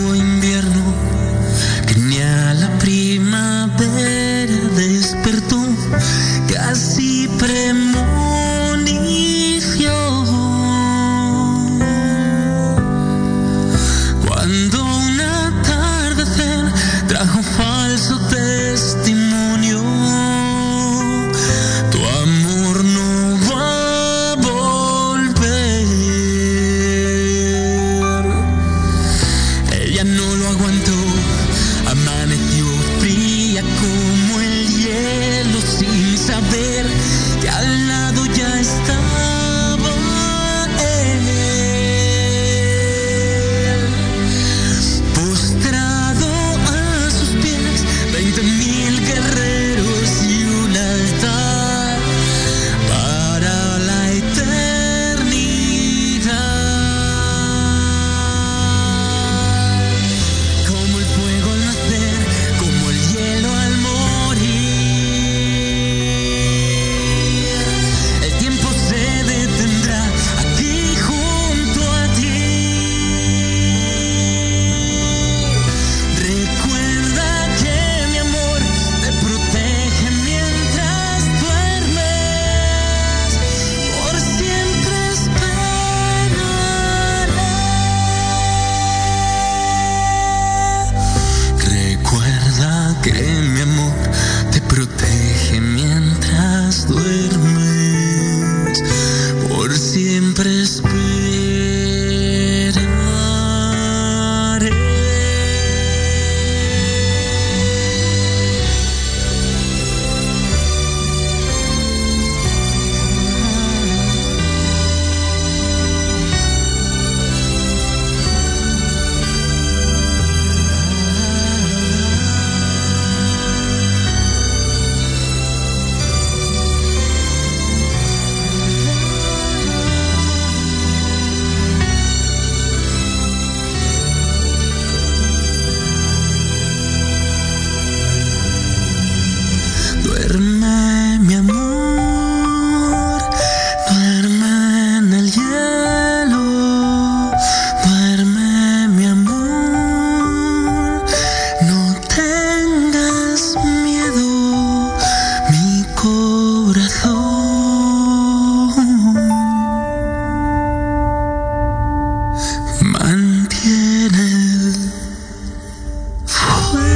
invierno que ni a la primavera despertó, casi premonición. Cuando un atardecer trajo falso testimonio, tu amor no va a volver. Ella no lo aguantó, amaneció fría como el hielo sin saber que al lado ya estaba él, postrado a sus pies, 20,000 guerreros y un altar para la eternidad. Como el fuego al nacer, como el hielo al morir, el tiempo se detendrá aquí junto a ti. Recuerda que mi amor te protege mientras duermes, por siempre esperaré. Recuerda que mi amor te protege mientras duermes, por siempre esperaré. Duerme, mi amor, duerme en el hielo, duerme, mi amor, no tengas miedo, mi corazón mantiene el fuego.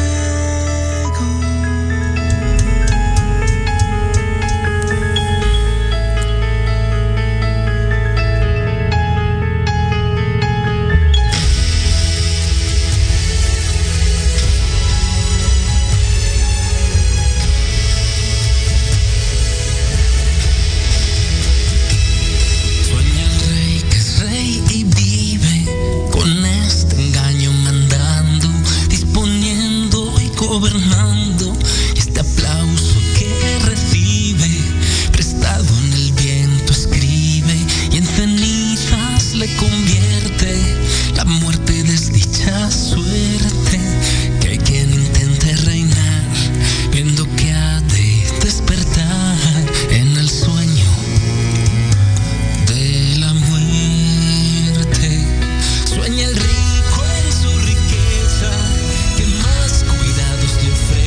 Sueña el rey que es rey y vive con este engaño mandando, disponiendo y gobernando. Y este aplauso que recibe, prestado en el viento escribe, y en cenizas le convierte la muerte, desdicha suerte. Que hay quien intente reinar, viendo que ha de despertar en el sueño de la muerte. Sueña el rico en su riqueza, que más cuidados le ofrece.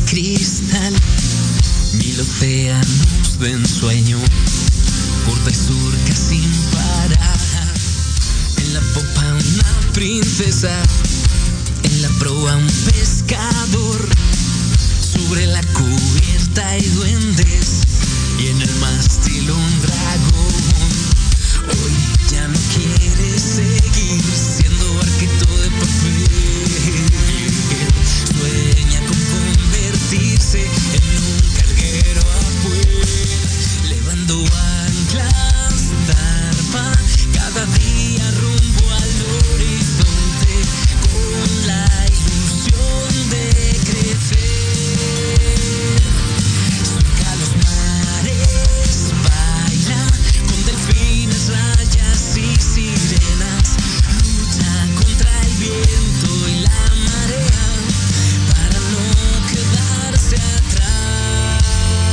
cristal, mil océanos de ensueño, curva y surca sin parar. En la popa una princesa, en la proa un pescador, sobre la cubierta hay duendes y en el mástil un dragón. Hoy ya no quiere seguir siendo barquito de papel, sueña con convertirse en un carguero afuera, levando anclas, zarpa cada día rumbo al horizonte, con la ilusión de crecer. Surca los mares, baila con delfines, rayas y sirenas, lucha contra el viento y la marea para no quedarse atrás.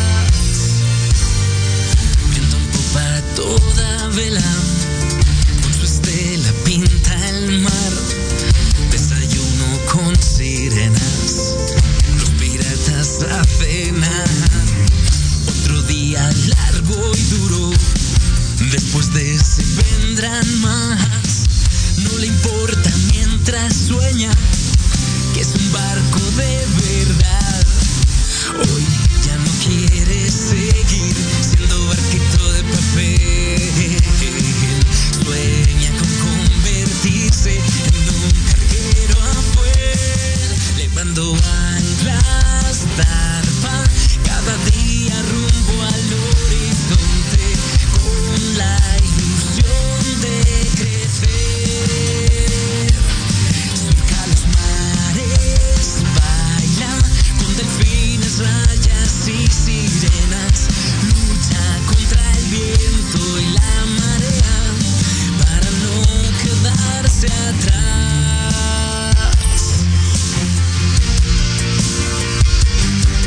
Viento en popa a toda vela, con su estela pinta el mar, desayuno con sirenas, los piratas a cenar. Otro día largo y duro, después de ese vendrán más. No le importa mientras sueña que es un barco de verdad. Hoy ya no quiere seguir siendo barquito de papel, sueña con convertirse en un carguero afuera, levando anclas, zarpa cada día rumbo al horizonte, con la ilusión de crecer. Surca los mares, baila con delfines, rayas y sirenas, lucha contra el viento y la marea para no quedarse atrás.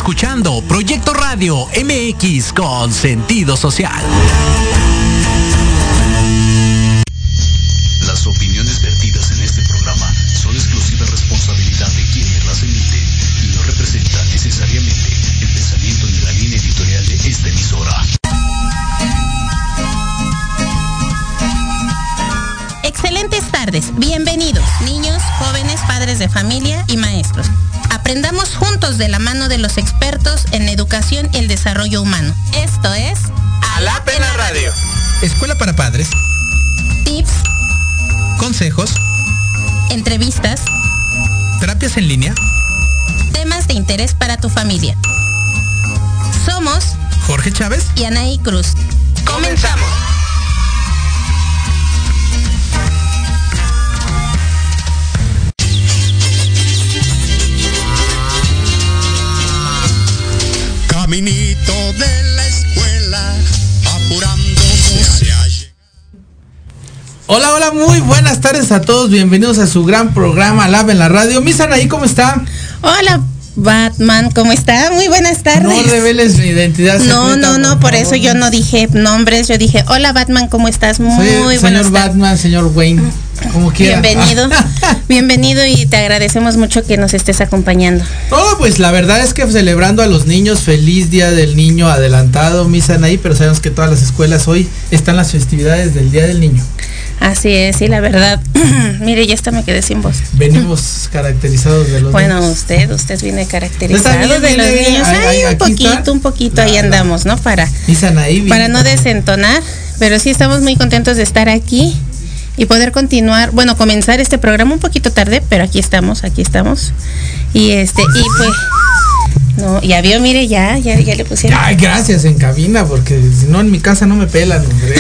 escuchando Proyecto Radio MX con sentido social. Las opiniones vertidas en este programa son exclusiva responsabilidad de quienes las emiten y no representan necesariamente el pensamiento ni la línea editorial de esta emisora. Excelentes tardes, bienvenidos, niños, jóvenes, padres de familia y maestros. Aprendamos juntos de la mano de los expertos en educación y el desarrollo humano. Esto es Alap en la Radio. Escuela para padres. Tips, Consejos. entrevistas, Terapias en línea. temas de interés para tu familia. Somos Jorge Chávez y Anaí Cruz. ¡Comenzamos! Caminito de la escuela, apurándose hacia allí. Hola, hola, muy buenas tardes a todos. Bienvenidos a su gran programa Alap en la Radio. Miss Anaí, ¿cómo está? Hola, Batman, ¿cómo está? Muy buenas tardes. No reveles mi identidad No, secreta, por eso yo no dije nombres, yo dije, hola Batman, ¿cómo estás? Muy Soy buenas señor tardes. Batman, señor Wayne, como quiera. Bienvenido, bienvenido y te agradecemos mucho que nos estés acompañando. Oh, pues la verdad es que celebrando a los niños, feliz Día del Niño adelantado, Miss Anaí, pero sabemos que todas las escuelas hoy están las festividades del Día del Niño. Así es, sí, la verdad. Mire, ya hasta me quedé sin voz. Venimos caracterizados de los Bueno, niños. usted viene caracterizado Está bien, de los viene, niños. ahí, Un aquí poquito, está. un poquito, ahí Nada. andamos, ¿no? Miss Anaí, Para no desentonar, pero sí estamos muy contentos de estar aquí y poder continuar, bueno, comenzar este programa un poquito tarde, pero aquí estamos. Y y pues, no, ya vio, mire, ya le pusieron. Ay, gracias, en cabina, porque si no en mi casa no me pelan, hombre.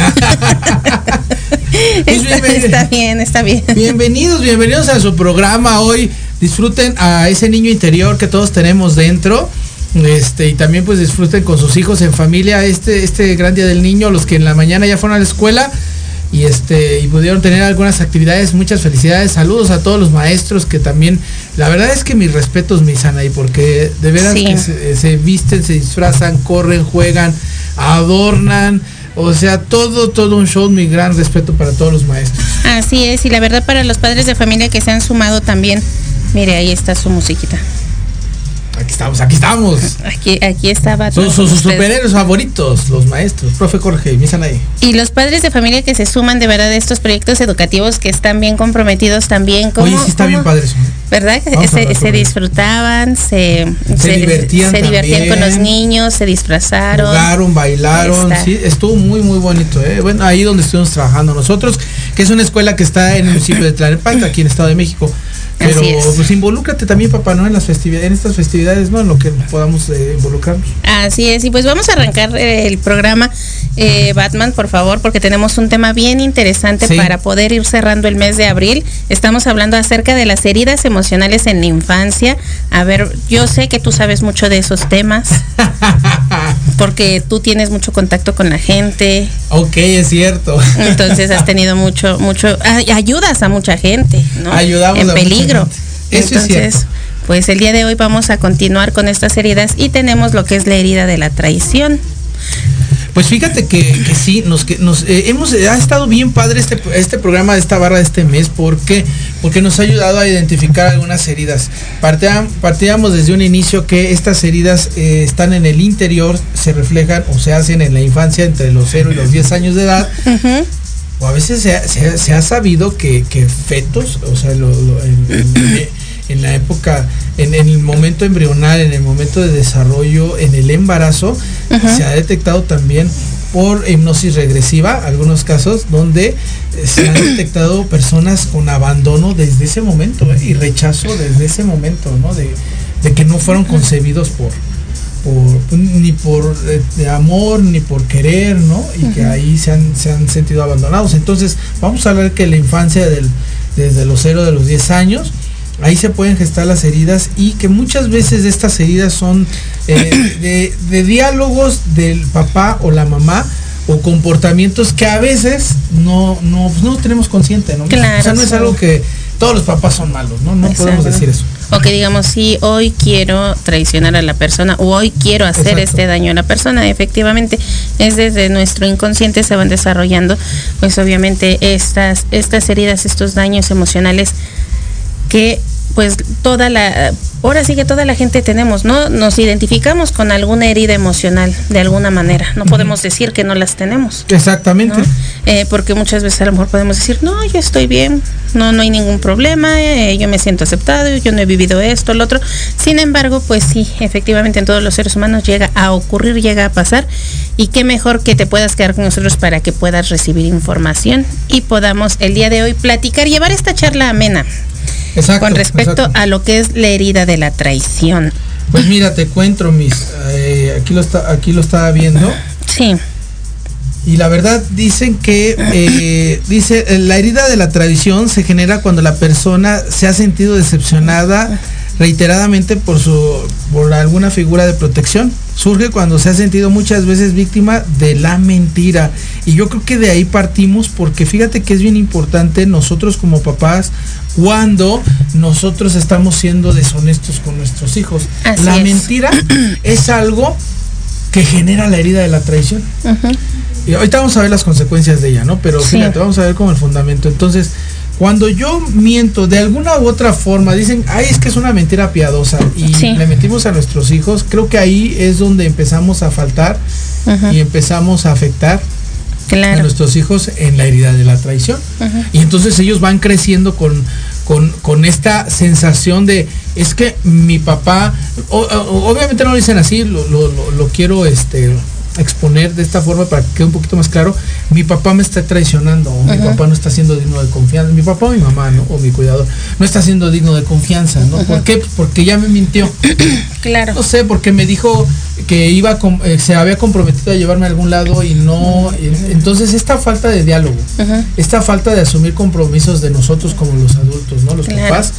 Pues Está bien. Bienvenidos a su programa hoy. Disfruten a ese niño interior que todos tenemos dentro. Y también pues disfruten con sus hijos en familia este gran día del niño, los que en la mañana ya fueron a la escuela y pudieron tener algunas actividades. Muchas felicidades, saludos a todos los maestros que también, la verdad es que mis respetos, Miss Anaí, porque de veras Sí. que se visten, se disfrazan, corren, juegan, adornan, o sea, todo un show. Mi gran respeto para todos los maestros. Así es, y la verdad para los padres de familia que se han sumado también, mire, ahí está su musiquita. Aquí estamos. Aquí estaba. Son sus superhéroes favoritos, los maestros, profe Jorge y Miss Anaí. Y los padres de familia que se suman de verdad a estos proyectos educativos que están bien comprometidos también. Oye, sí está bien padre eso. ¿Verdad? Se disfrutaban, se divertían con los niños, se disfrazaron. Jugaron, bailaron, sí, estuvo muy bonito, Bueno, ahí donde estuvimos trabajando nosotros, que es una escuela que está en el municipio de Tlalnepantla, aquí en el Estado de México. Pero pues involúcrate también, papá, ¿no? En estas festividades, ¿no? En lo que podamos involucrarnos. Así es, y pues vamos a arrancar el programa, Batman, por favor, porque tenemos un tema bien interesante para poder ir cerrando el mes de abril. Estamos hablando acerca de las heridas emocionales en la infancia. A ver, yo sé que tú sabes mucho de esos temas, porque tú tienes mucho contacto con la gente. Ok, es cierto. Entonces has tenido mucho, ayudas a mucha gente, ¿no? Ayudamos en a peligro. Eso entonces, es cierto. Pues el día de hoy vamos a continuar con estas heridas y tenemos lo que es la herida de la traición. Pues fíjate que sí, ha estado bien padre este programa, esta barra de este mes, porque nos ha ayudado a identificar algunas heridas. Partíamos desde un inicio que estas heridas están en el interior, se reflejan o se hacen en la infancia entre los 0 y los 10 años de edad. Uh-huh. O a veces se ha sabido que fetos, o sea, en la época, en el momento embrional, en el momento de desarrollo, en el embarazo, uh-huh, se ha detectado también por hipnosis regresiva, algunos casos donde se han detectado personas con abandono desde ese momento y rechazo desde ese momento, ¿no? De que no fueron concebidos ni por amor ni por querer, ¿no? Y que ahí se han sentido abandonados. Entonces vamos a hablar que la infancia desde los 0 de los 10 años, ahí se pueden gestar las heridas, y que muchas veces estas heridas son de diálogos del papá o la mamá, o comportamientos que a veces no tenemos consciente, ¿no? Claro, o sea, no es algo que todos los papás son malos, ¿no? No podemos decir eso. O que digamos, sí, hoy quiero traicionar a la persona o hoy quiero hacer este daño a la persona. Efectivamente, es desde nuestro inconsciente se van desarrollando, pues obviamente estas heridas, estos daños emocionales que pues ahora sí que toda la gente tenemos, ¿no? Nos identificamos con alguna herida emocional de alguna manera. No podemos decir que no las tenemos. Exactamente. ¿No? Porque muchas veces a lo mejor podemos decir, no, yo estoy bien, no hay ningún problema, yo me siento aceptado, yo no he vivido esto, lo otro. Sin embargo, pues sí, efectivamente en todos los seres humanos llega a ocurrir, llega a pasar. Y qué mejor que te puedas quedar con nosotros para que puedas recibir información y podamos el día de hoy platicar, llevar esta charla amena. Exacto, con respecto a lo que es la herida de la traición. Pues mira, te cuento, aquí lo estaba viendo. Sí. Y la verdad dicen que la herida de la traición se genera cuando la persona se ha sentido decepcionada reiteradamente por alguna figura de protección. Surge cuando se ha sentido muchas veces víctima de la mentira. Y yo creo que de ahí partimos, porque fíjate que es bien importante nosotros como papás, cuando nosotros estamos siendo deshonestos con nuestros hijos. La mentira es algo que genera la herida de la traición. Y ahorita vamos a ver las consecuencias de ella, ¿no? Pero fíjate, vamos a ver como el fundamento. Entonces, cuando yo miento de alguna u otra forma, dicen, ay, es que es una mentira piadosa, y le mentimos a nuestros hijos, creo que ahí es donde empezamos a faltar y empezamos a afectar a nuestros hijos en la herida de la traición. Y entonces ellos van creciendo con esta sensación de, es que mi papá, obviamente no lo dicen así, lo quiero exponer de esta forma para que quede un poquito más claro. Mi papá me está traicionando, o mi papá no está siendo digno de confianza, mi papá o mi mamá, ¿no? O mi cuidador no está siendo digno de confianza, ¿no? ¿Por qué? Pues porque ya me mintió. Claro. No sé, porque me dijo que se había comprometido a llevarme a algún lado y no. Entonces esta falta de diálogo, esta falta de asumir compromisos de nosotros como los adultos, ¿no? Los papás.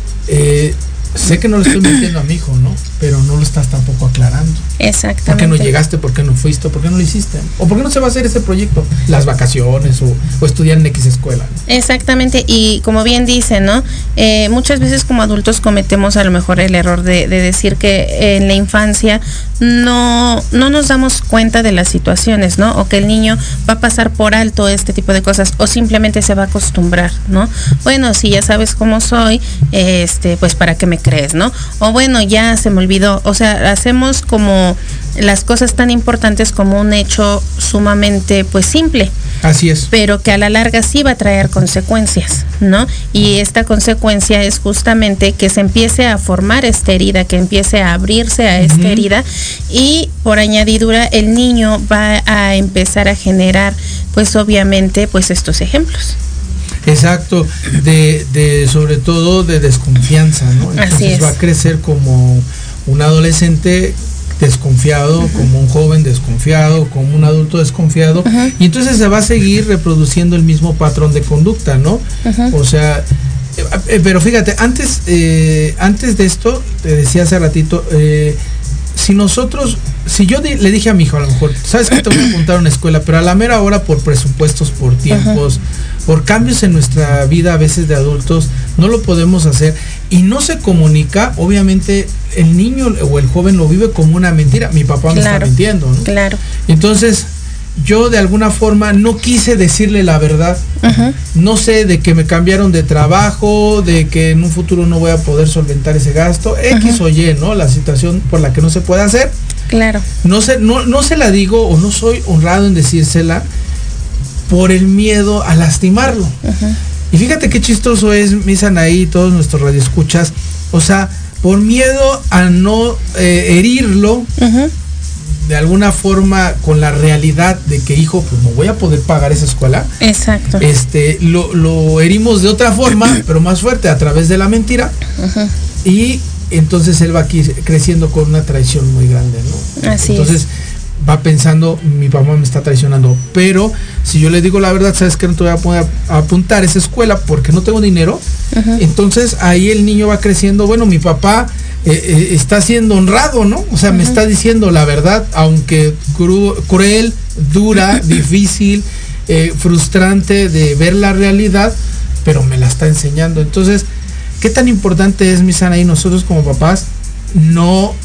Sé que no le estoy mintiendo a mi hijo, ¿no? Pero no lo estás tampoco aclarando. Exactamente. ¿Por qué no llegaste? ¿Por qué no fuiste? ¿Por qué no lo hiciste? ¿O por qué no se va a hacer ese proyecto? Las vacaciones o estudiar en X escuela, ¿no? Exactamente. Y como bien dice, ¿no? Muchas veces como adultos cometemos a lo mejor el error de decir que en la infancia no nos damos cuenta de las situaciones, ¿no? O que el niño va a pasar por alto este tipo de cosas, o simplemente se va a acostumbrar, ¿no? Bueno, si ya sabes cómo soy, pues para qué me crees, ¿no? O bueno, ya se me olvidó. O sea, hacemos como las cosas tan importantes como un hecho sumamente pues simple. Así es. Pero que a la larga sí va a traer consecuencias, ¿no? Y esta consecuencia es justamente que se empiece a formar esta herida, que empiece a abrirse a esta herida, y por añadidura el niño va a empezar a generar pues obviamente pues estos ejemplos. Exacto, sobre todo de desconfianza, ¿no? Entonces va a crecer como un adolescente desconfiado, como un joven desconfiado, como un adulto desconfiado, y entonces se va a seguir reproduciendo el mismo patrón de conducta, ¿no? O sea, pero fíjate, antes de esto, te decía hace ratito, si yo le dije a mi hijo, a lo mejor, sabes que te voy a apuntar a una escuela, pero a la mera hora, por presupuestos, por tiempos, por cambios en nuestra vida a veces de adultos, no lo podemos hacer, y no se comunica, obviamente el niño o el joven lo vive como una mentira. Mi papá me está mintiendo, ¿no? Claro. Entonces yo de alguna forma no quise decirle la verdad. No sé, de que me cambiaron de trabajo, de que en un futuro no voy a poder solventar ese gasto, X o Y, ¿no? La situación por la que no se puede hacer. Claro. No se la digo, o no soy honrado en decírsela por el miedo a lastimarlo. Y fíjate qué chistoso es, mi Sanaí y todos nuestros radioescuchas, o sea, por miedo a no herirlo de alguna forma con la realidad de que, hijo, pues no voy a poder pagar esa escuela. Exacto. Lo herimos de otra forma, pero más fuerte, a través de la mentira. Y entonces él va aquí creciendo con una traición muy grande, ¿no? Entonces va pensando, mi papá me está traicionando, pero si yo le digo la verdad, sabes que no te voy a poder apuntar a esa escuela porque no tengo dinero, entonces ahí el niño va creciendo, bueno, mi papá está siendo honrado, ¿no? O sea, me está diciendo la verdad, aunque cruel, dura, difícil, frustrante de ver la realidad, pero me la está enseñando. Entonces, ¿qué tan importante es, mi Sanaí, nosotros como papás no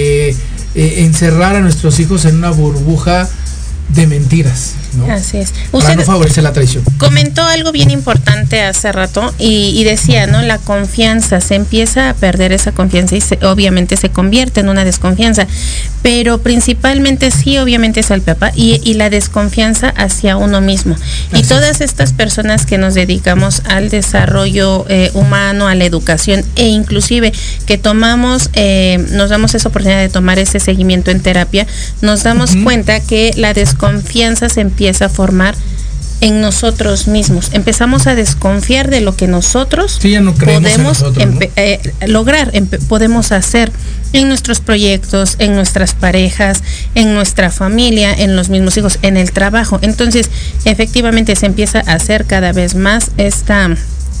encerrar a nuestros hijos en una burbuja de mentiras, ¿no? Así es. Para no favorecer la traición. Comentó algo bien importante hace rato y decía, ¿no? La confianza, se empieza a perder esa confianza y obviamente se convierte en una desconfianza, pero principalmente sí, obviamente es al papá y la desconfianza hacia uno mismo. Y todas estas personas que nos dedicamos al desarrollo humano, a la educación e inclusive que tomamos, nos damos esa oportunidad de tomar ese seguimiento en terapia, nos damos cuenta que la desconfianza se empieza a formar en nosotros mismos. Empezamos a desconfiar de lo que nosotros podemos lograr, podemos hacer en nuestros proyectos, en nuestras parejas, en nuestra familia, en los mismos hijos, en el trabajo. Entonces, efectivamente se empieza a hacer cada vez más esta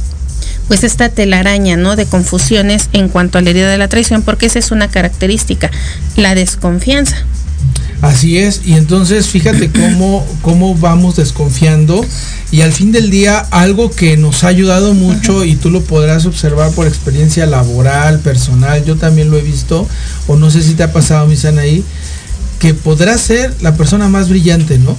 telaraña, ¿no? De confusiones en cuanto a la herida de la traición, porque esa es una característica, la desconfianza. Así es, y entonces fíjate cómo vamos desconfiando, y al fin del día algo que nos ha ayudado mucho, y tú lo podrás observar por experiencia laboral, personal, yo también lo he visto, o no sé si te ha pasado, mi Sanaí, que podrás ser la persona más brillante, ¿no?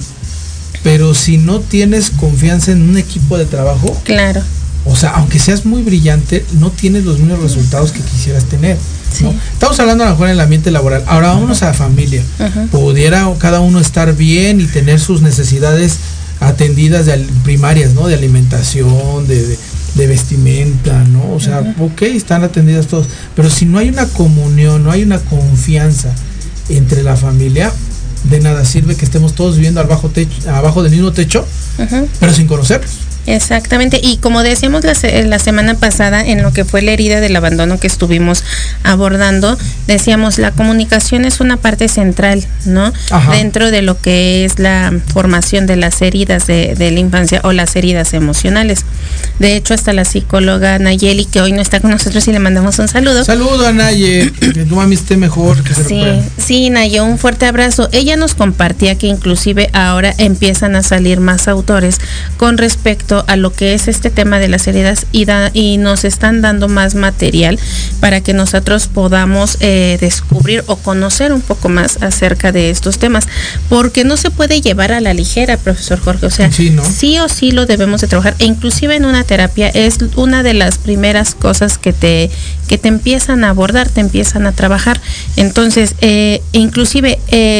Pero si no tienes confianza en un equipo de trabajo, claro, o sea, aunque seas muy brillante, no tienes los mismos resultados que quisieras tener, ¿no? Sí. Estamos hablando a lo mejor en el ambiente laboral. Ahora vámonos a la familia. Pudiera cada uno estar bien y tener sus necesidades atendidas primarias, ¿no? De alimentación, de vestimenta, ¿no? O sea, ok, están atendidas todos. Pero si no hay una comunión, no hay una confianza entre la familia, de nada sirve que estemos todos viviendo abajo del mismo techo, pero sin conocernos. Exactamente, y como decíamos la semana pasada en lo que fue la herida del abandono que estuvimos abordando, decíamos la comunicación es una parte central, ¿no? Dentro de lo que es la formación de las heridas de la infancia o las heridas emocionales. De hecho, hasta la psicóloga Nayeli, que hoy no está con nosotros, y le mandamos un saludo. Saludo a Naye, que tu mami esté mejor. Que sí, Naye, un fuerte abrazo. Ella nos compartía que inclusive ahora empiezan a salir más autores con respecto a lo que es este tema de las heridas y nos están dando más material para que nosotros podamos descubrir o conocer un poco más acerca de estos temas, porque no se puede llevar a la ligera, profesor Jorge, o sea, sí o sí lo debemos de trabajar, e inclusive en una terapia es una de las primeras cosas que te empiezan a abordar, te empiezan a trabajar. Entonces, inclusive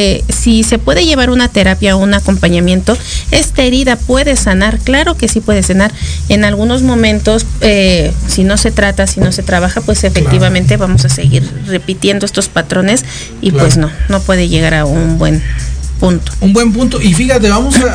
si se puede llevar una terapia o un acompañamiento, esta herida puede sanar, claro que sí puede sanar. En algunos momentos, si no se trata, si no se trabaja, pues efectivamente vamos a seguir repitiendo estos patrones y pues no puede llegar a un buen punto. Un buen punto. Y fíjate,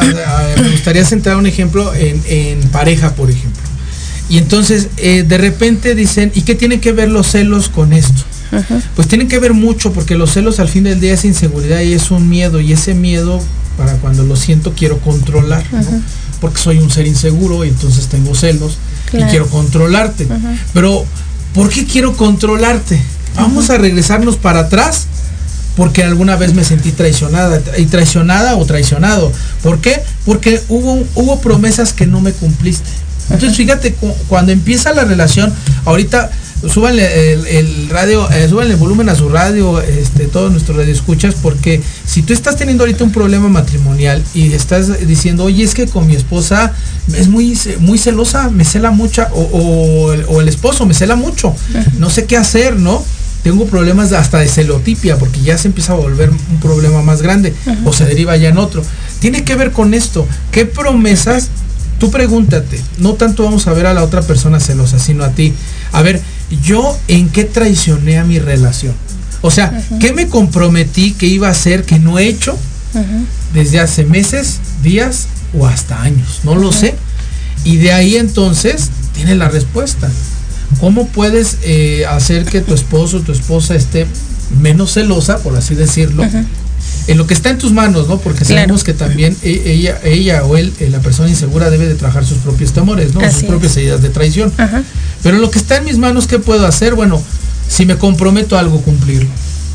me gustaría centrar un ejemplo en pareja, por ejemplo. Y entonces, de repente dicen, ¿y qué tienen que ver los celos con esto? Pues tienen que ver mucho, porque los celos al fin del día es inseguridad y es un miedo, y ese miedo, para cuando lo siento, quiero controlar, ¿no? Porque soy un ser inseguro y entonces tengo celos y quiero controlarte. Pero, ¿por qué quiero controlarte? Vamos a regresarnos para atrás, porque alguna vez me sentí traicionada o traicionado. ¿Por qué? Porque hubo promesas que no me cumpliste. Entonces, fíjate, cuando empieza la relación, ahorita súbanle el radio, súbanle el volumen a su radio, todos nuestros radioescuchas, porque si tú estás teniendo ahorita un problema matrimonial y estás diciendo, oye, es que con mi esposa es muy celosa, me cela mucho, o el esposo me cela mucho, no sé qué hacer, ¿no? Tengo problemas hasta de celotipia, porque ya se empieza a volver un problema más grande, o se deriva ya en otro. Tiene que ver con esto, ¿qué promesas? Tú pregúntate, no tanto vamos a ver a la otra persona celosa, sino a ti. A ver, ¿yo en qué traicioné a mi relación? O sea, ¿qué me comprometí que iba a hacer que no he hecho desde hace meses, días o hasta años? No lo sé. Y de ahí entonces tiene la respuesta. ¿Cómo puedes hacer que tu esposo o tu esposa esté menos celosa, por así decirlo? En lo que está en tus manos, ¿no? Porque sabemos que también ella o él, la persona insegura, debe de trabajar sus propios temores, ¿no? Sus propias heridas de traición. Pero lo que está en mis manos, ¿qué puedo hacer? Bueno, si me comprometo a algo, cumplirlo.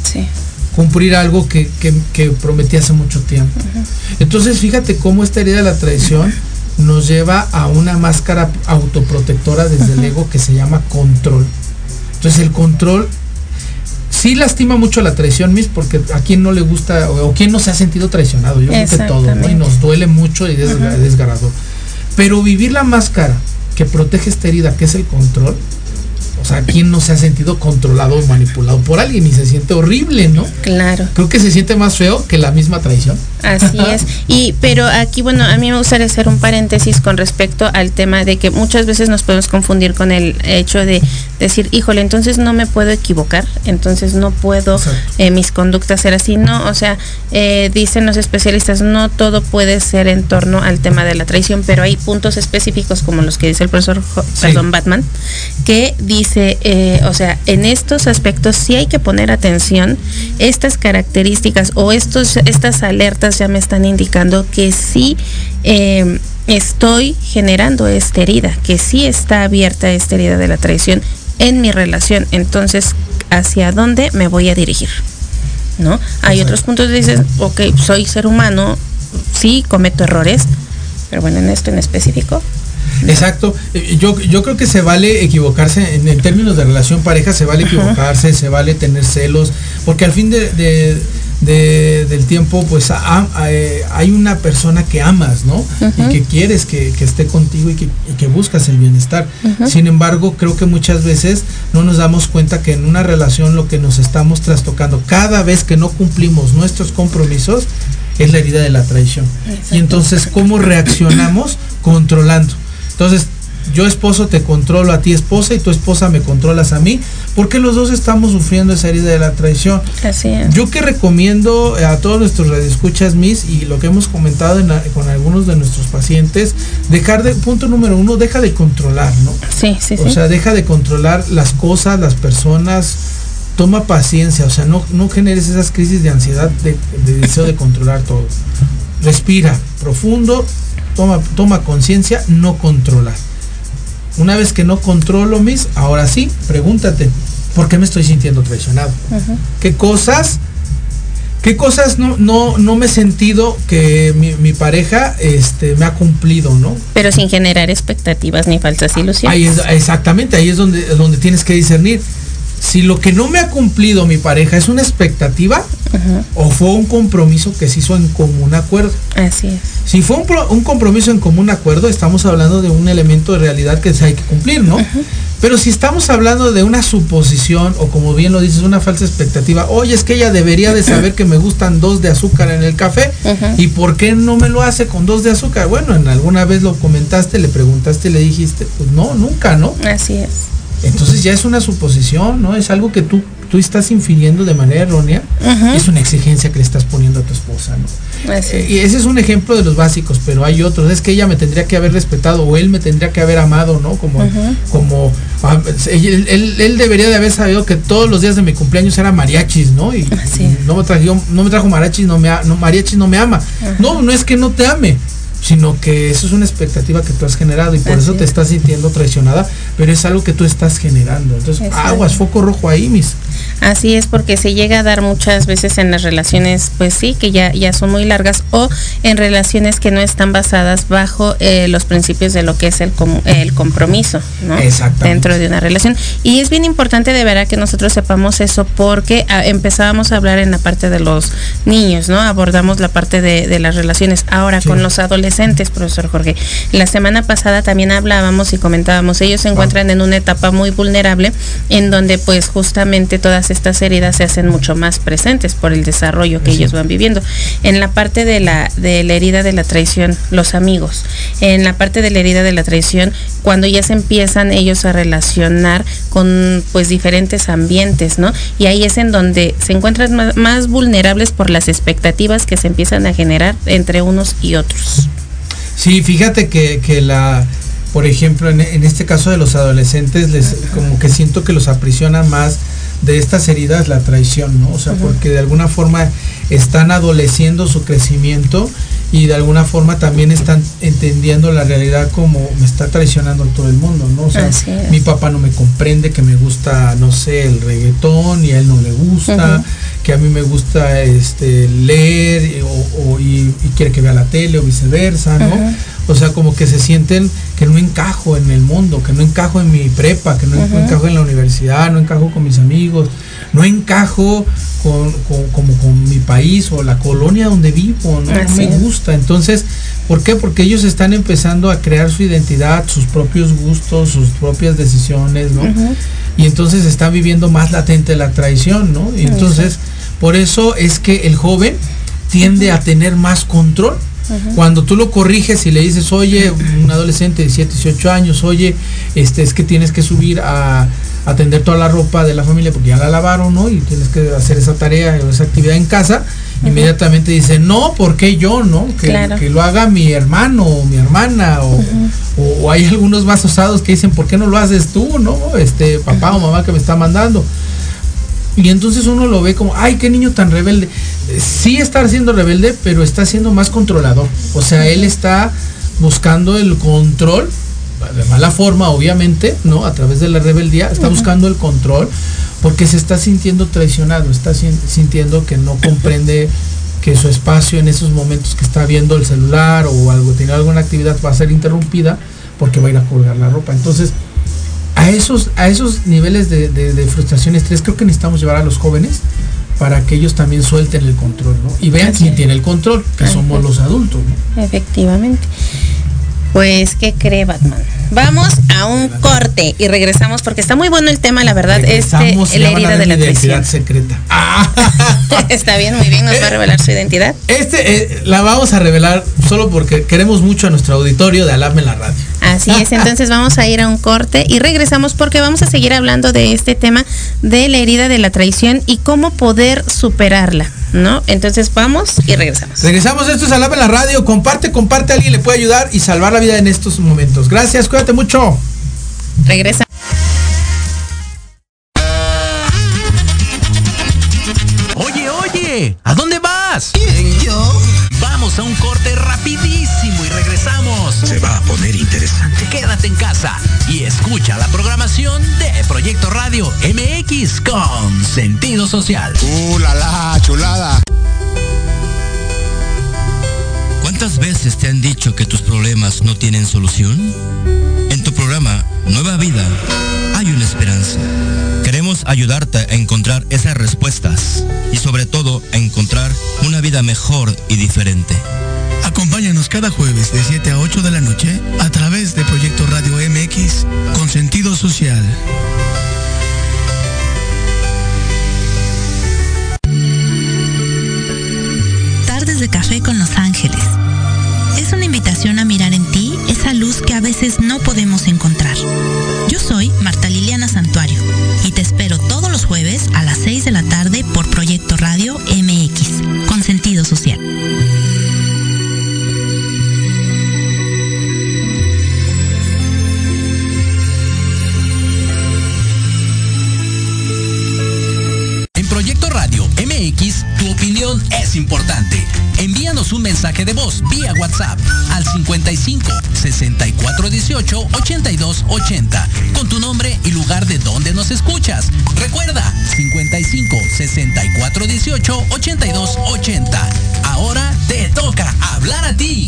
Cumplir algo que prometí hace mucho tiempo. Entonces, fíjate cómo esta herida de la traición nos lleva a una máscara autoprotectora desde el ego que se llama control. Entonces el control sí lastima mucho la traición, Miss, porque a quien no le gusta o quien no se ha sentido traicionado, yo creo que todo, ¿no? Y nos duele mucho y es desgarrador. Pero vivir la máscara que protege esta herida, que es el control, o sea, ¿quién no se ha sentido controlado o manipulado por alguien y se siente horrible, ¿no? Claro. Creo que se siente más feo que la misma traición. Así es. Pero aquí, bueno, a mí me gustaría hacer un paréntesis con respecto al tema de que muchas veces nos podemos confundir con el hecho de decir, híjole, entonces no me puedo equivocar, entonces no puedo mis conductas ser así. No, o sea, dicen los especialistas, no todo puede ser en torno al tema de la traición, pero hay puntos específicos como los que dice el profesor Batman, que dice, o sea, en estos aspectos sí hay que poner atención. Estas características o estas alertas ya me están indicando que sí estoy generando esta herida, que sí está abierta esta herida de la traición en mi relación. Entonces, ¿hacia dónde me voy a dirigir? ¿No? Hay otros puntos que dices, ok, soy ser humano, sí cometo errores, pero bueno, en esto en específico. Exacto, yo creo que se vale equivocarse en términos de relación pareja, se vale equivocarse, se vale tener celos, porque al fin del tiempo pues hay una persona que amas, ¿no? Y que quieres que esté contigo y que buscas el bienestar. Sin embargo, creo que muchas veces no nos damos cuenta que en una relación lo que nos estamos trastocando cada vez que no cumplimos nuestros compromisos es la herida de la traición. Y entonces, ¿cómo reaccionamos? Controlando. Entonces, yo esposo te controlo a ti esposa y tu esposa me controlas a mí, porque los dos estamos sufriendo esa herida de la traición. Así es. Yo que recomiendo a todos nuestros radioescuchas, Miss, y lo que hemos comentado con algunos de nuestros pacientes, punto número 1, deja de controlar, ¿no? Sí. O sea, deja de controlar las cosas, las personas, toma paciencia, o sea, no generes esas crisis de ansiedad, de deseo de controlar todo. Respira profundo, toma conciencia, no controlar. Una vez que no controlo, Miss, ahora sí, pregúntate, ¿por qué me estoy sintiendo traicionado? ¿Qué cosas no me he sentido que mi pareja me ha cumplido, ¿no? Pero sin generar expectativas ni falsas ilusiones. Exactamente, ahí es donde tienes que discernir. Si lo que no me ha cumplido mi pareja es una expectativa o fue un compromiso que se hizo en común acuerdo. Así es. Si fue un compromiso en común acuerdo, estamos hablando de un elemento de realidad que se hay que cumplir, ¿no? Pero si estamos hablando de una suposición o, como bien lo dices, una falsa expectativa, oye, es que ella debería de saber que me gustan 2 de azúcar en el café, ¿y por qué no me lo hace con 2 de azúcar? Bueno, en alguna vez lo comentaste, le preguntaste, le dijiste, pues no, nunca, ¿no? Así es. Entonces ya es una suposición, ¿no? Es algo que tú estás infiriendo de manera errónea. Es una exigencia que le estás poniendo a tu esposa, ¿no? Y ese es un ejemplo de los básicos, pero hay otros. Es que ella me tendría que haber respetado o él me tendría que haber amado, ¿no? Él debería de haber sabido que todos los días de mi cumpleaños era mariachis, ¿no? Y no me trajo mariachis, mariachis no me ama. No es que no te ame, sino que eso es una expectativa que tú has generado y por eso te estás sintiendo traicionada, pero es algo que tú estás generando. Entonces, aguas, foco rojo ahí, Miss. Así es, porque se llega a dar muchas veces en las relaciones, pues sí, que ya son muy largas, o en relaciones que no están basadas bajo los principios de lo que es el compromiso, ¿no? Exactamente. Dentro de una relación. Y es bien importante de verdad que nosotros sepamos eso, porque empezábamos a hablar en la parte de los niños, ¿no? Abordamos la parte de las relaciones. Ahora, con los adolescentes, profesor Jorge, la semana pasada también hablábamos y comentábamos, ellos se encuentran en una etapa muy vulnerable, en donde pues justamente todas estas heridas se hacen mucho más presentes por el desarrollo que ellos van viviendo. En la parte de la herida de la traición, los amigos. En la parte de la herida de la traición, cuando ya se empiezan ellos a relacionar con pues diferentes ambientes, ¿no? Y ahí es en donde se encuentran más vulnerables por las expectativas que se empiezan a generar entre unos y otros. Sí, fíjate que por ejemplo, en este caso de los adolescentes, como que siento que los aprisiona más de estas heridas la traición, ¿no? O sea, porque de alguna forma están adoleciendo su crecimiento y de alguna forma también están entendiendo la realidad como me está traicionando todo el mundo, ¿no? O sea, mi papá no me comprende que me gusta, no sé, el reggaetón y a él no le gusta, que a mí me gusta leer y quiere que vea la tele o viceversa, ¿no? O sea, como que se sienten que no encajo en el mundo, que no encajo en mi prepa, que no encajo en la universidad, no encajo con mis amigos, no encajo con mi país o la colonia donde vivo, ¿no? No me gusta. Entonces, ¿por qué? Porque ellos están empezando a crear su identidad, sus propios gustos, sus propias decisiones, ¿no? Y entonces están viviendo más latente la traición, ¿no? Y entonces, por eso es que el joven tiende a tener más control. Cuando tú lo corriges y le dices, oye, un adolescente de 17, 18 años, oye, es que tienes que subir a atender toda la ropa de la familia porque ya la lavaron, ¿no? Y tienes que hacer esa tarea o esa actividad en casa, inmediatamente dice, no, ¿por qué yo, no? Que lo haga mi hermano o mi hermana, o hay algunos más osados que dicen, ¿por qué no lo haces tú, no? Papá o mamá que me está mandando. Y entonces uno lo ve como, ay, qué niño tan rebelde. Sí está siendo rebelde, pero está siendo más controlador. O sea, él está buscando el control, de mala forma, obviamente, ¿no? A través de la rebeldía, está buscando el control, porque se está sintiendo traicionado, está sintiendo que no comprende que su espacio en esos momentos que está viendo el celular o algo, tiene alguna actividad, va a ser interrumpida porque va a ir a colgar la ropa. Entonces, a esos niveles de frustración y estrés creo que necesitamos llevar a los jóvenes para que ellos también suelten el control, ¿no? Y vean quién tiene el control, que somos los adultos, ¿no? Efectivamente. Pues, ¿qué cree, Batman? Vamos a un corte y regresamos porque está muy bueno el tema, la verdad. La herida de la traición. Secreta. Está bien, muy bien, nos va a revelar su identidad. La vamos a revelar solo porque queremos mucho a nuestro auditorio de Alarma en la Radio. Así es, entonces vamos a ir a un corte y regresamos porque vamos a seguir hablando de este tema de la herida de la traición y cómo poder superarla, ¿no? Entonces vamos y regresamos. Esto es Alarma en la Radio. Comparte, alguien le puede ayudar y salvar la vida en estos momentos. Gracias, cuídate mucho. Regresa. Oye, ¿a dónde vas? ¿Quién, yo? Vamos a un corte rapidísimo y regresamos. Se va a poner interesante. Quédate en casa y escucha la programación de Proyecto Radio MX con sentido social. La chulada. ¿Cuántas veces te han dicho que tus problemas no tienen solución? En tu programa Nueva Vida hay una esperanza. Queremos ayudarte a encontrar esas respuestas y sobre todo a encontrar una vida mejor y diferente. Acompáñanos cada jueves de 7 a 8 de la noche a través de Proyecto Radio MX con sentido social. Tardes de café con Los Ángeles. Es una invitación a mirar en ti esa luz que a veces no podemos encontrar. Yo soy Marta Liliana Santuario y te espero todos los jueves a las 6 de la tarde por Proyecto Radio MX con sentido social. En Proyecto Radio MX, tu opinión es importante. Envíanos un mensaje de voz vía WhatsApp al 55 64 18 82 80 con tu nombre y lugar de donde nos escuchas. Recuerda, 55 64 18 82 80. Ahora te toca hablar a ti.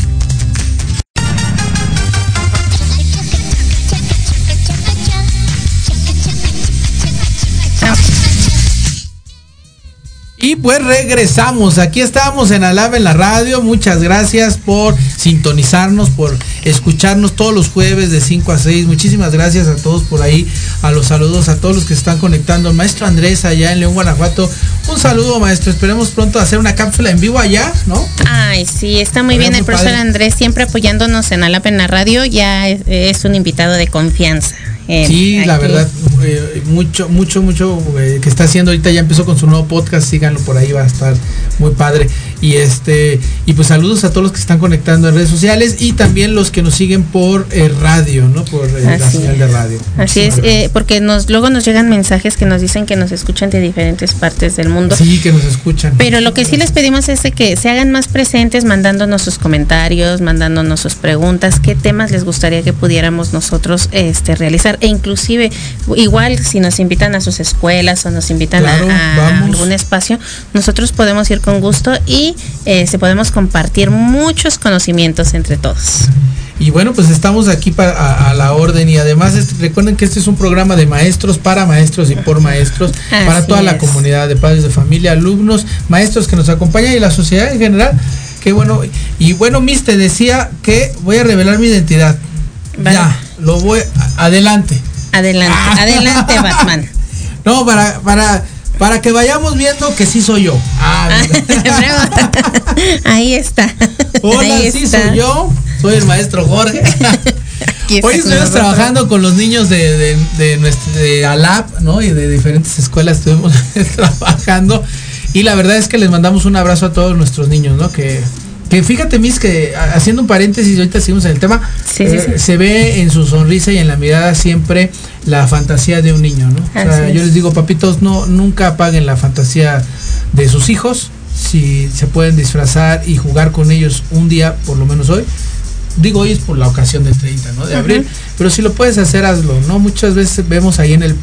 Y pues regresamos, aquí estamos en Alarma en la Radio. Muchas gracias por sintonizarnos, por escucharnos todos los jueves de 5 a 6. Muchísimas gracias a todos por ahí, a los saludos, a todos los que se están conectando. El maestro Andrés allá en León, Guanajuato. Un saludo, maestro, esperemos pronto hacer una cápsula en vivo allá, ¿no? Ay, sí, está muy bien el profesor Andrés, siempre apoyándonos en Alarma en la Radio, ya es un invitado de confianza. Sí, la verdad, mucho que está haciendo ahorita, ya empezó con su nuevo podcast, síganlo por ahí, va a estar muy padre. Y pues saludos a todos los que se están conectando en redes sociales y también los que nos siguen por radio, ¿no? Por la señal de radio. Así es, porque luego nos llegan mensajes que nos dicen que nos escuchan de diferentes partes del mundo. Sí, que nos escuchan. Pero lo que sí les pedimos es que se hagan más presentes, mandándonos sus comentarios, mandándonos sus preguntas, qué temas les gustaría que pudiéramos nosotros realizar, e inclusive igual si nos invitan a sus escuelas o nos invitan a algún espacio, nosotros podemos ir con gusto y se podemos compartir muchos conocimientos entre todos. Y bueno, pues estamos aquí a la orden, y además recuerden que este es un programa de maestros, para maestros y por maestros, para toda la comunidad de padres de familia, alumnos, maestros que nos acompañan y la sociedad en general. Qué bueno. Y bueno, Miss, te decía que voy a revelar mi identidad. Vale. Ya, lo voy, adelante, Batman. No, para que vayamos viendo que sí soy yo. Ahí está. Hola, ahí sí está. soy yo. Soy el maestro Jorge. Hoy estuvimos trabajando con los niños de ALAP, ¿no? Y de diferentes escuelas estuvimos trabajando. Y la verdad es que les mandamos un abrazo a todos nuestros niños, ¿no? Que fíjate, Miss, que haciendo un paréntesis, ahorita seguimos en el tema, sí. Se ve en su sonrisa y en la mirada siempre la fantasía de un niño, ¿no? O sea, yo les digo, papitos, nunca apaguen la fantasía de sus hijos. Si se pueden disfrazar y jugar con ellos un día, por lo menos hoy. Digo, hoy es por la ocasión del 30, ¿no? De abril, pero si lo puedes hacer, hazlo, ¿no? Muchas veces vemos ahí en el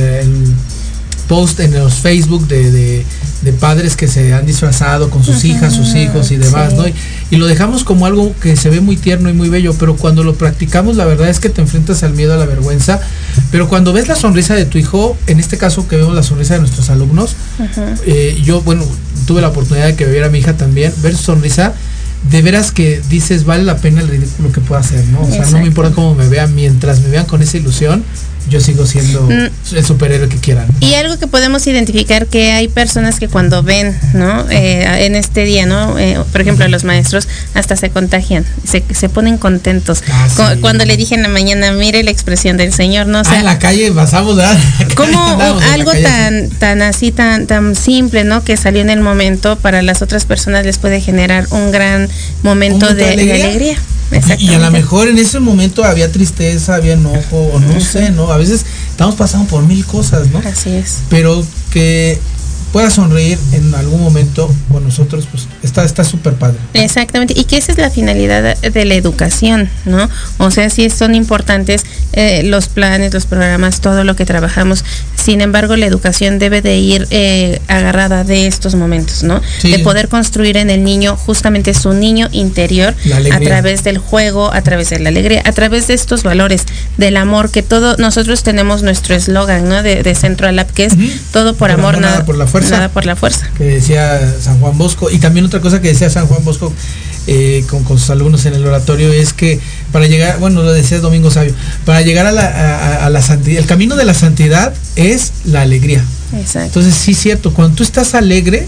post, en los Facebook de padres que se han disfrazado con sus hijas, sus hijos y demás, ¿no? Y lo dejamos como algo que se ve muy tierno y muy bello, pero cuando lo practicamos, la verdad es que te enfrentas al miedo, a la vergüenza, pero cuando ves la sonrisa de tu hijo, en este caso que vemos la sonrisa de nuestros alumnos, yo, bueno, tuve la oportunidad de que me viera mi hija también, ver su sonrisa, de veras que dices, vale la pena el ridículo que puedo hacer, ¿no? O sea, no me importa cómo me vean, mientras me vean con esa ilusión, yo sigo siendo el superhéroe que quieran. Y algo que podemos identificar, que hay personas que cuando ven, ¿no? En este día, ¿no? Por ejemplo, los maestros hasta se contagian, se ponen contentos. Cuando le dije en la mañana, mire la expresión del señor, ¿no? O sea, en la calle pasamos, ¿verdad? Como algo tan simple, ¿no? Que salió en el momento, para las otras personas les puede generar un gran momento de alegría. Y a lo mejor en ese momento había tristeza, había enojo, o no sé, ¿no? A veces estamos pasando por mil cosas, ¿no? Así es. Pero que pueda sonreír en algún momento con nosotros, pues está súper padre. Exactamente, y que esa es la finalidad de la educación, ¿no? O sea, sí son importantes los planes, los programas, todo lo que trabajamos. Sin embargo, la educación debe de ir agarrada de estos momentos, ¿no? Sí. De poder construir en el niño justamente su niño interior a través del juego, a través de la alegría, a través de estos valores, del amor, que nosotros tenemos nuestro eslogan, ¿no? De Centro ALAP, que es todo por amor, nada por la fuerza. Nada por la fuerza. Que decía San Juan Bosco. Y también otra cosa que decía San Juan Bosco con sus alumnos en el oratorio es que para llegar, bueno, lo decía Domingo Sabio, para llegar a la santidad, el camino de la santidad es la alegría. Exacto. Entonces sí es cierto, cuando tú estás alegre,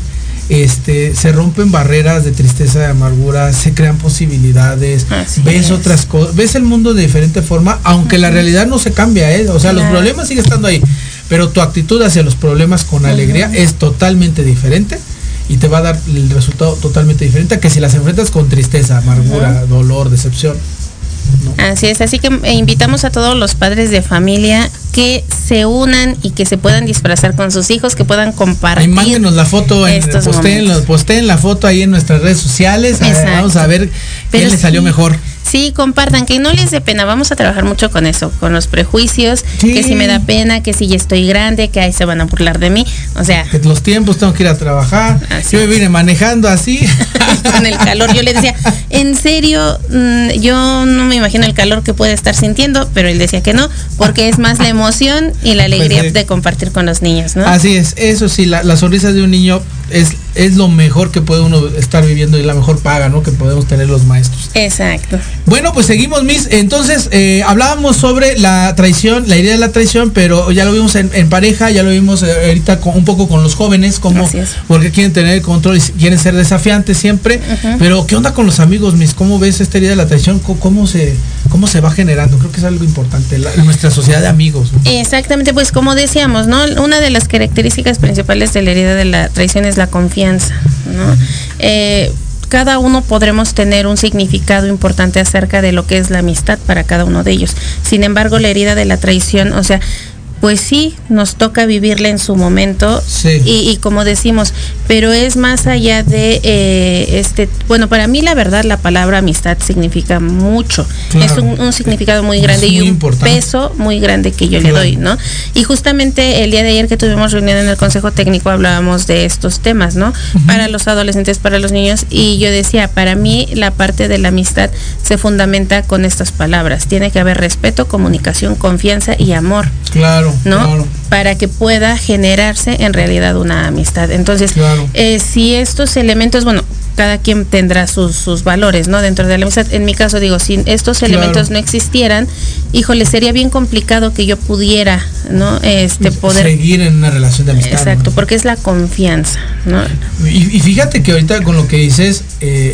se rompen barreras de tristeza, de amargura, se crean posibilidades, ves otras cosas, ves el mundo de diferente forma, aunque la realidad no se cambia, o sea, los problemas siguen estando ahí, pero tu actitud hacia los problemas con alegría es totalmente diferente y te va a dar el resultado totalmente diferente a que si las enfrentas con tristeza, amargura, dolor, decepción. ¿no? Así es, así que invitamos a todos los padres de familia que se unan y que se puedan disfrazar con sus hijos, que puedan compartir. Y mándenos la foto, posteen la foto ahí en nuestras redes sociales. Vamos a ver qué les salió mejor. Sí, compartan, que no les dé pena. Vamos a trabajar mucho con eso, con los prejuicios, que si me da pena, que si ya estoy grande, que ahí se van a burlar de mí. O sea, que los tiempos tengo que ir a trabajar. Yo me vine manejando así. Con el calor. Yo le decía, en serio, yo no me imagino el calor que puede estar sintiendo, pero él decía que no, porque es más la emoción y la alegría de compartir con los niños, ¿no? Así es, eso sí, la sonrisa de un niño es lo mejor que puede uno estar viviendo y la mejor paga, ¿no? Que podemos tener los maestros. Exacto. Bueno, pues seguimos, Miss. Entonces, hablábamos sobre la traición, la idea de la traición, pero ya lo vimos en pareja, ya lo vimos ahorita un poco con los jóvenes, porque quieren tener el control y quieren ser desafiantes siempre. Pero, ¿qué onda con los amigos, Miss? ¿Cómo ves esta idea de la traición? ¿Cómo cómo se va generando. Creo que es algo importante, nuestra sociedad de amigos, ¿no? Exactamente, pues como decíamos, ¿no? Una de las características principales de la herida de la traición es la confianza, ¿no? Cada uno podremos tener un significado importante acerca de lo que es la amistad para cada uno de ellos. Sin embargo, la herida de la traición, o sea, pues sí, nos toca vivirla en su momento, sí. y como decimos, pero es más allá de, bueno, para mí la verdad la palabra amistad significa mucho, claro. Es un significado muy grande y un importante. Peso muy grande que yo claro. le doy, ¿no? Y justamente el día de ayer que tuvimos reunión en el Consejo Técnico hablábamos de estos temas, ¿no? Para los adolescentes, para los niños, y yo decía, para mí la parte de la amistad se fundamenta con estas palabras, tiene que haber respeto, comunicación, confianza y amor. Claro. ¿No? Claro. Para que pueda generarse en realidad una amistad. Entonces, claro. Si estos elementos, bueno, cada quien tendrá sus valores, ¿no? Dentro de la amistad. En mi caso, digo, si estos elementos no existieran, híjole, sería bien complicado que yo pudiera, ¿no? Poder seguir en una relación de amistad. Exacto, ¿no? Porque es la confianza, ¿no? Y fíjate que ahorita con lo que dices,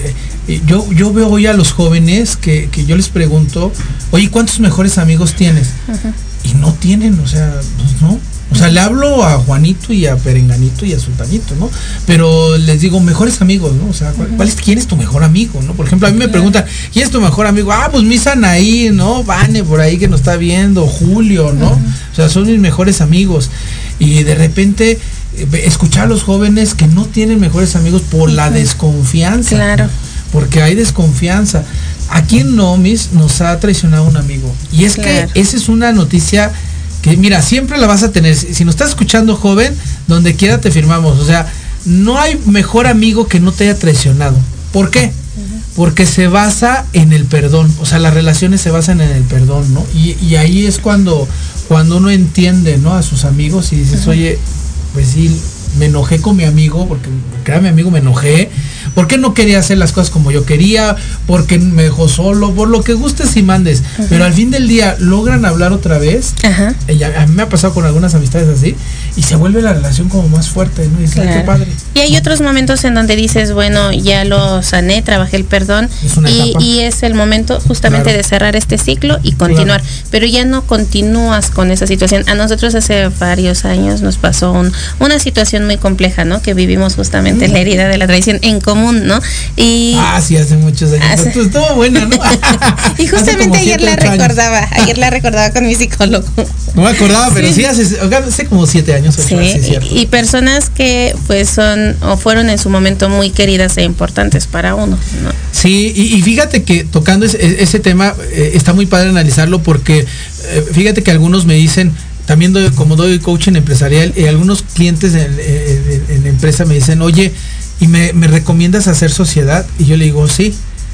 yo veo hoy a los jóvenes que yo les pregunto, oye, ¿cuántos mejores amigos tienes? Uh-huh. Y no tienen, o sea, pues no. O sea, le hablo a Juanito y a Perenganito y a Sultanito, ¿no? Pero les digo, mejores amigos, ¿no? O sea, ¿quién es tu mejor amigo, no? Por ejemplo, a mí me preguntan, ¿quién es tu mejor amigo? Ah, pues mi Sanaí, ¿no? Vane, por ahí que nos está viendo, Julio, ¿no? O sea, son mis mejores amigos. Y de repente, escuchar a los jóvenes que no tienen mejores amigos por la desconfianza. Claro. Porque hay desconfianza. Aquí en Nomis nos ha traicionado un amigo. Y es claro. que esa es una noticia que, mira, siempre la vas a tener. Si nos estás escuchando, joven, donde quiera te firmamos. O sea, no hay mejor amigo que no te haya traicionado. ¿Por qué? Porque se basa en el perdón. O sea, las relaciones se basan en el perdón, ¿no? Y ahí es cuando uno entiende, ¿no? A sus amigos y dices, oye, pues sí, me enojé con mi amigo, porque era mi amigo, me enojé, porque no quería hacer las cosas como yo quería, porque me dejó solo, por lo que gustes y mandes, pero al fin del día logran hablar otra vez. A mí me ha pasado con algunas amistades así, y se vuelve la relación como más fuerte, ¿no? Y dices, claro. Qué padre. Y hay otros momentos en donde dices, bueno, ya lo sané, trabajé el perdón, y es el momento justamente claro. de cerrar este ciclo y continuar, claro. Pero ya no continúas con esa situación. A nosotros hace varios años nos pasó una situación muy compleja, ¿no? Que vivimos justamente la herida de la traición en común, ¿no? Y sí, hace muchos años. Pues estuvo buena, ¿no? Y justamente ayer la recordaba con mi psicólogo. No me acordaba, pero sí hace como 7 años. Sí, y personas que pues son o fueron en su momento muy queridas e importantes para uno, ¿no? Sí, y fíjate que tocando ese tema está muy padre analizarlo, porque fíjate que algunos me dicen, también doy coaching empresarial, y algunos clientes en empresa me dicen, oye, ¿y me recomiendas hacer sociedad? Y yo le digo, sí.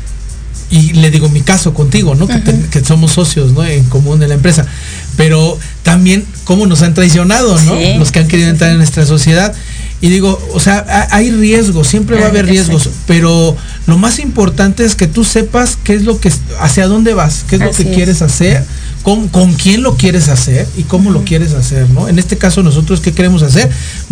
Y le digo, mi caso contigo, ¿no? Que somos socios, ¿no? En común en la empresa. Pero también cómo nos han traicionado, ¿no? Sí. Los que han querido entrar en nuestra sociedad. Y digo, o sea, hay riesgos, siempre va a haber riesgos, pero lo más importante es que tú sepas qué es lo que, hacia dónde vas, qué es lo que quieres hacer, con quién lo quieres hacer y cómo lo quieres hacer, ¿no? En este caso nosotros, ¿qué queremos hacer?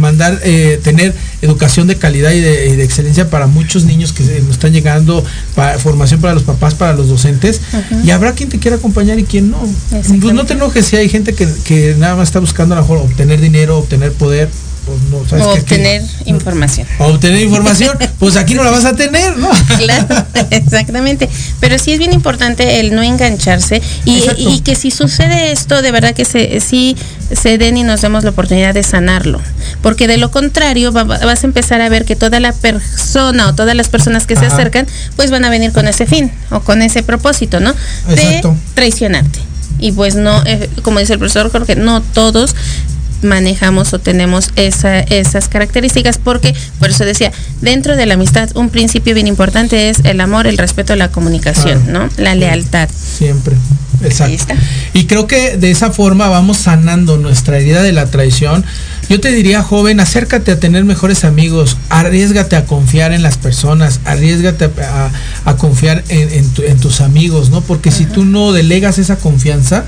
Tener educación de calidad y de excelencia para muchos niños que nos están llegando, formación para los papás, para los docentes, y habrá quien te quiera acompañar y quien no. Pues no te enojes si hay gente que nada más está buscando a lo mejor obtener dinero, obtener poder. Pues no, ¿sabes? O obtener información. Obtener información, pues aquí no la vas a tener, ¿no? Claro, exactamente. Pero sí es bien importante el no engancharse y que si sucede esto, de verdad que sí se den y nos demos la oportunidad de sanarlo. Porque de lo contrario vas a empezar a ver que toda la persona o todas las personas que se acercan, pues van a venir con ese fin o con ese propósito, ¿no? Exacto. De traicionarte. Y pues no, como dice el profesor Jorge, no todos manejamos o tenemos esas características, porque por eso decía, dentro de la amistad un principio bien importante es el amor, el respeto, la comunicación, ¿no? La lealtad. Siempre, exacto. Y creo que de esa forma vamos sanando nuestra herida de la traición. Yo te diría, joven, acércate a tener mejores amigos, arriésgate a confiar en las personas, arriésgate a confiar en tus amigos, ¿no? Porque si tú no delegas esa confianza,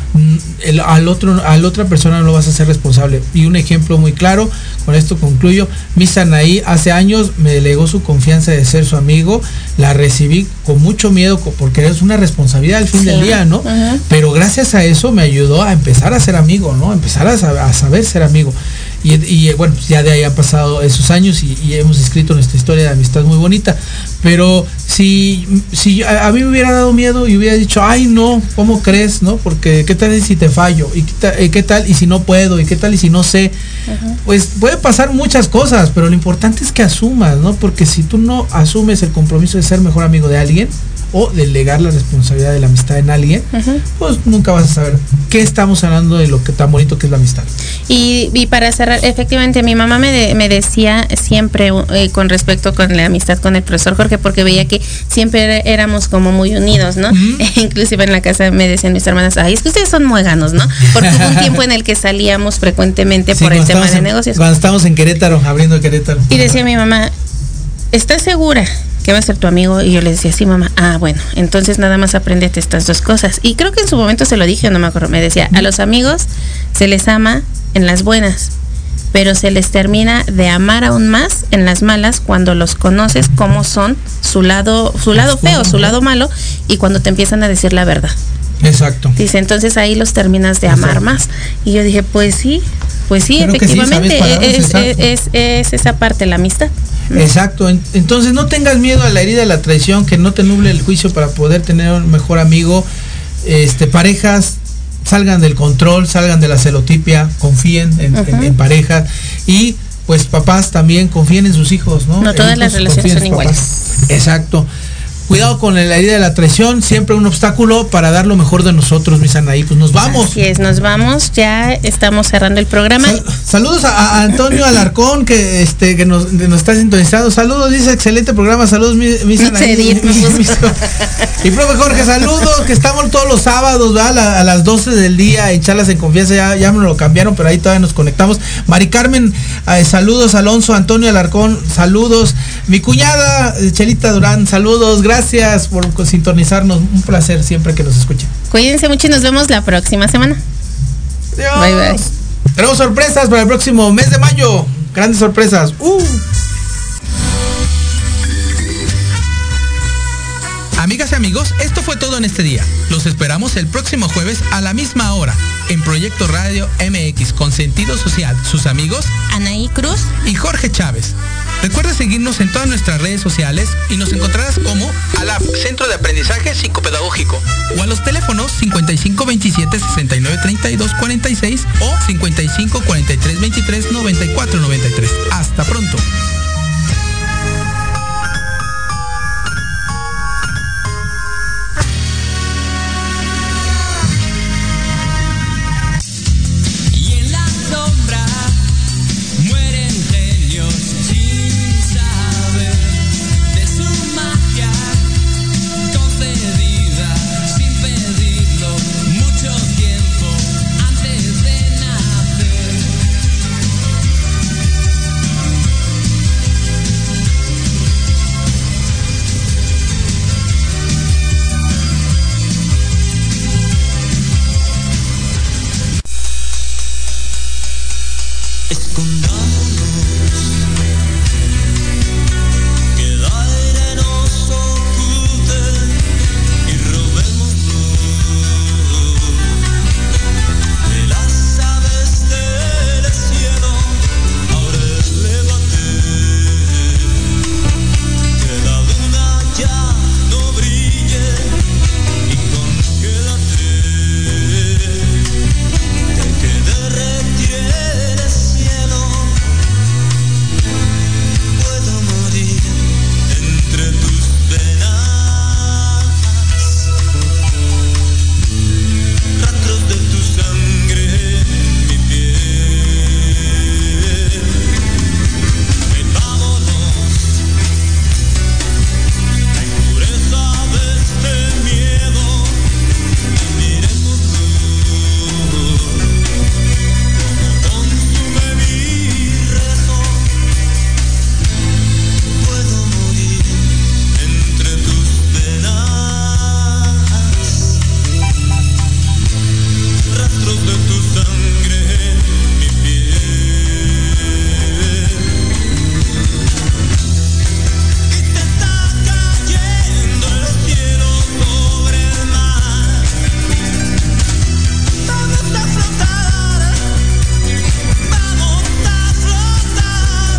a la otra persona no lo vas a hacer responsable. Y un ejemplo muy claro, con esto concluyo, Miss Anaí hace años me delegó su confianza de ser su amigo, la recibí con mucho miedo porque es una responsabilidad al fin del día, ¿no? Pero gracias a eso me ayudó a empezar a ser amigo, ¿no? Empezar a saber ser amigo. Y bueno, pues ya de ahí han pasado esos años y hemos escrito nuestra historia de amistad muy bonita. Pero si a mí me hubiera dado miedo y hubiera dicho, ay no, ¿cómo crees? ¿No? Porque qué tal si te fallo, y qué tal y si no puedo, y qué tal y si no sé. Pues puede pasar muchas cosas, pero lo importante es que asumas, ¿no? Porque si tú no asumes el compromiso de ser mejor amigo de alguien, o delegar la responsabilidad de la amistad en alguien, pues nunca vas a saber qué estamos hablando de lo que tan bonito que es la amistad. Y para cerrar, efectivamente, mi mamá me decía siempre con respecto con la amistad con el profesor Jorge, porque veía que siempre éramos como muy unidos, ¿no? Inclusive en la casa me decían mis hermanas, ay, es que ustedes son muéganos, ¿no? Porque hubo un tiempo en el que salíamos frecuentemente por el tema de negocios. Cuando estábamos en Querétaro, abriendo Querétaro. Y decía mi mamá, ¿estás segura que va a ser tu amigo? Y yo le decía, sí, mamá. Bueno, entonces nada más apréndete estas dos cosas. Y creo que en su momento se lo dije, no me acuerdo. Me decía, a los amigos se les ama en las buenas, pero se les termina de amar aún más en las malas cuando los conoces cómo son, su lado feo, su lado malo, y cuando te empiezan a decir la verdad. Exacto. Dice, entonces ahí los terminas de amar más. Y yo dije, pues sí, creo efectivamente, es esa parte, la amistad. Exacto, entonces no tengas miedo a la herida de la traición, que no te nuble el juicio para poder tener un mejor amigo. Parejas, salgan del control, salgan de la celotipia, confíen en parejas, y pues papás también confíen en sus hijos, ¿no? No todas las relaciones son iguales. Exacto. Cuidado con la herida de la traición, siempre un obstáculo para dar lo mejor de nosotros, Miss Anaí. Pues nos vamos. Así es, nos vamos, ya estamos cerrando el programa. Saludos a Antonio Alarcón, que nos está sintonizando. Saludos, dice, excelente programa. Saludos, Miss Anaí. Y profe Jorge, saludos, que estamos todos los sábados, ¿verdad? A las 12 del día en Charlas en Confianza, ya me lo cambiaron, pero ahí todavía nos conectamos. Mari Carmen, saludos. Alonso, Antonio Alarcón, saludos. Mi cuñada, Chelita Durán, saludos. Gracias por sintonizarnos. Un placer siempre que nos escuchen. Cuídense mucho y nos vemos la próxima semana. Adiós. Bye, bye. Tenemos sorpresas para el próximo mes de mayo. Grandes sorpresas. Amigas y amigos, esto fue todo en este día. Los esperamos el próximo jueves a la misma hora en Proyecto Radio MX con sentido social. Sus amigos Anaí Cruz y Jorge Chávez. Recuerda seguirnos en todas nuestras redes sociales y nos encontrarás como ALAP, Centro de Aprendizaje Psicopedagógico, o a los teléfonos 5527-693246 o 5543239493. Hasta pronto. Escondamos